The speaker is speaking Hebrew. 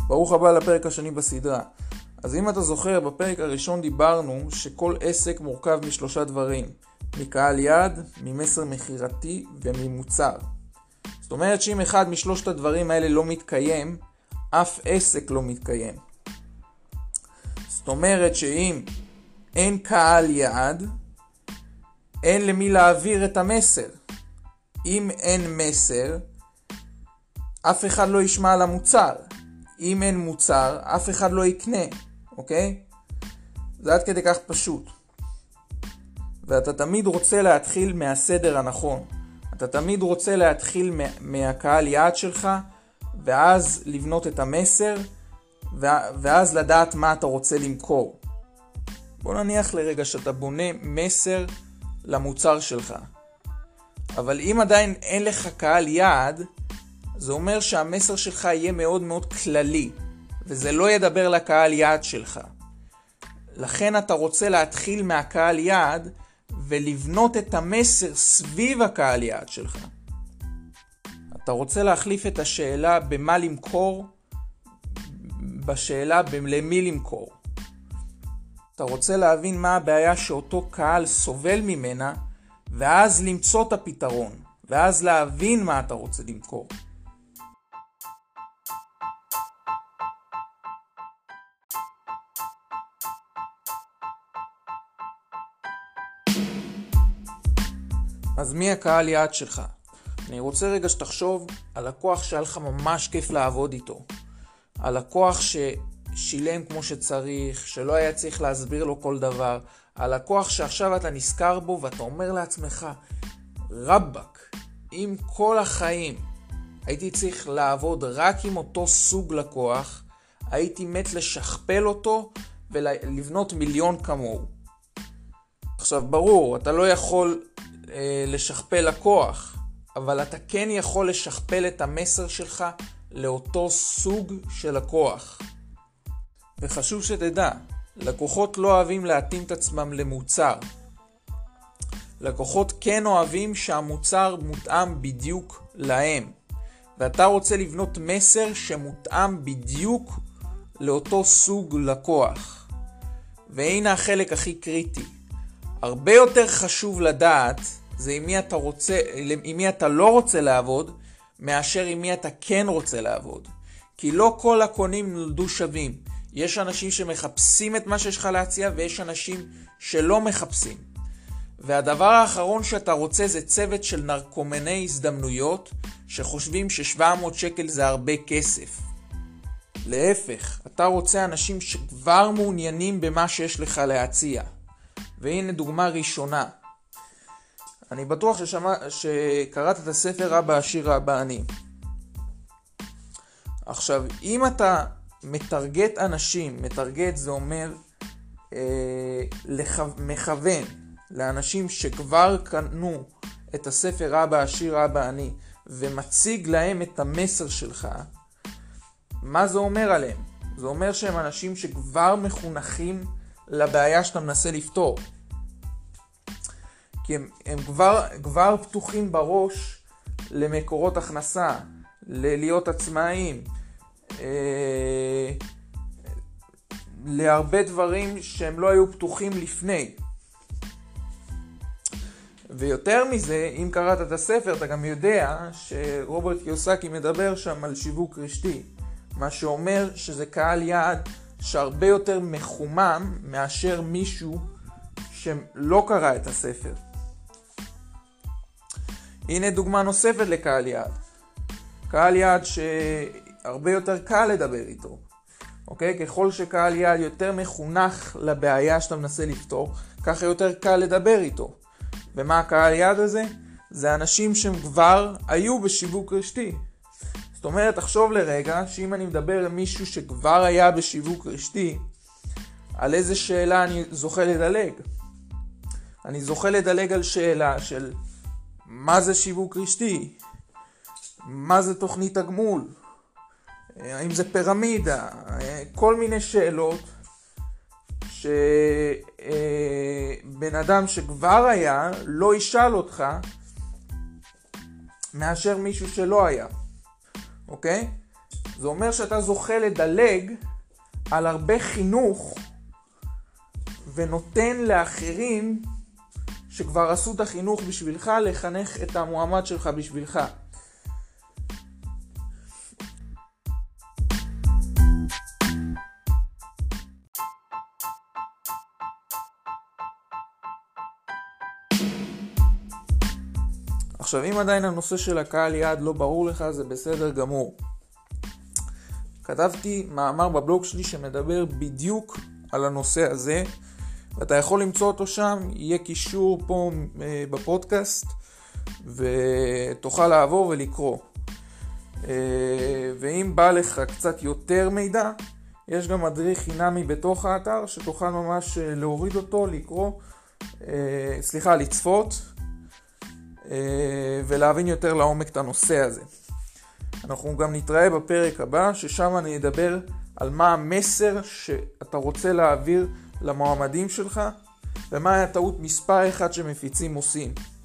ברוך הבא לפרק השני בסדרה. אז אם אתה זוכר, בפרק הראשון דיברנו שכל עסק מורכב משלושה דברים: מקהל יעד, ממסר מחירתי וממוצר. זאת אומרת שאם אחד משלושת הדברים האלה לא מתקיים, אף עסק לא מתקיים. זאת אומרת שאם אין קהל יעד, אין למי להעביר את המסר. אם אין מסר, אף אחד לא ישמע על המוצר. אם אין מוצר, אף אחד לא יקנה. אוקיי? זה עד כדי כך פשוט. ואתה תמיד רוצה להתחיל מהסדר הנכון. אתה תמיד רוצה להתחיל מהקהל יעד שלך, ואז לבנות את המסר, ואז לדעת מה אתה רוצה למכור. בוא נניח לרגע שאתה בונה מסר למוצר שלך. אבל אם עדיין אין לך קהל יעד, זה אומר שהמסר שלך יהיה מאוד מאוד כללי, וזה לא ידבר לקהל יעד שלך. לכן אתה רוצה להתחיל מהקהל יעד, ולבנות את המסר סביב הקהל יעד שלך. אתה רוצה להחליף את השאלה במה למכור, בשאלה למי למכור. אתה רוצה להבין מה הבעיה שאותו קהל סובל ממנה, ואז למצוא את הפתרון, ואז להבין מה אתה רוצה למכור. אז מי הקהל יעד שלך? אני רוצה רגע שתחשוב על לקוח שהיה לך ממש כיף לעבוד איתו. על לקוח ששילם כמו שצריך, שלא היה צריך להסביר לו כל דבר. על לקוח שעכשיו אתה נזכר בו ואתה אומר לעצמך, רבק, אם כל החיים הייתי צריך לעבוד רק עם אותו סוג לקוח, הייתי מת לשכפל אותו ולבנות מיליון כמוהו. עכשיו ברור, אתה לא יכול לשכפל לקוח, אבל אתה כן יכול לשכפל את המסר שלך לאותו סוג של לקוח. וחשוב שתדע, לקוחות לא אוהבים להתאים את עצמם למוצר. לקוחות כן אוהבים שהמוצר מותאם בדיוק להם. ואתה רוצה לבנות מסר שמותאם בדיוק לאותו סוג לקוח. והנה החלק הכי קריטי. הרבה יותר חשוב לדעת זה עם מי אתה לא רוצה לעבוד, מאשר עם מי אתה כן רוצה לעבוד. כי לא כל הקונים נולדו שווים. יש אנשים שמחפשים את מה שיש לך להציע, ויש אנשים שלא מחפשים. והדבר האחרון שאתה רוצה זה צוות של נרקומני הזדמנויות, שחושבים ש700 שקל זה הרבה כסף. להפך, אתה רוצה אנשים שכבר מעוניינים במה שיש לך להציע. והנה דוגמה ראשונה. אני בטוח שקראת את הספר אבא עשיר אבא עני. עכשיו, אם אתה מטרגט אנשים, מטרגט זה אומר מכוון לאנשים שכבר קנו את הספר אבא עשיר אבא עני, ומציג להם את המסר שלך, מה זה אומר עליהם? זה אומר שהם אנשים שכבר מחונכים לבעיה שאתה מנסה לפתור. כי הם כבר פתוחים בראש למקורות הכנסה, להיות עצמאים, להרבה דברים שהם לא היו פתוחים לפני. ויותר מזה, אם קראת את הספר, אתה גם יודע שרוברט קיוסקי מדבר שם על שיווק רשתי. מה שאומר שזה קהל יעד שהרבה יותר מחומם מאשר מישהו שלא קרא את הספר. הנה דוגמה נוספת לקהל יעד. קהל יעד שהרבה יותר קל לדבר איתו. אוקיי? ככל שקהל יעד יותר מחונך לבעיה שאתה מנסה לפתור, ככה יותר קל לדבר איתו. ומה הקהל יעד הזה? זה אנשים שהם כבר היו בשיווק רשתי. זאת אומרת, תחשוב לרגע שאם אני מדבר עם מישהו שכבר היה בשיווק רשתי, על איזה שאלה אני זוכה לדלג? אני זוכה לדלג על שאלה של מה זה שיווק רשתי? מה זה תוכנית הגמול? האם זה פירמידה? כל מיני שאלות שבן אדם שכבר היה לא ישאל אותך מאשר מישהו שלא היה. אוקיי? זה אומר שאתה זוכה לדלג על הרבה חינוך ונותן לאחרים שכבר עשו את החינוך בשבילך לחנך את המועמד שלך בשבילך. עכשיו, אם עדיין הנושא של הקהל יעד לא ברור לך, זה בסדר גמור. כתבתי מאמר בבלוג שלי שמדבר בדיוק על הנושא הזה, ואתה יכול למצוא אותו שם, יהיה קישור פה בפודקאסט, ותוכל לעבור ולקרוא. ואם בא לך קצת יותר מידע, יש גם מדריך חינמי בתוך האתר, שתוכל ממש להוריד אותו, לצפות, ולהבין יותר לעומק את הנושא הזה. אנחנו גם נתראה בפרק הבא, ששם אני אדבר על מה המסר שאתה רוצה להעביר למועמדים שלך, ומה הטעות מספר 1 שמפיצים עושים.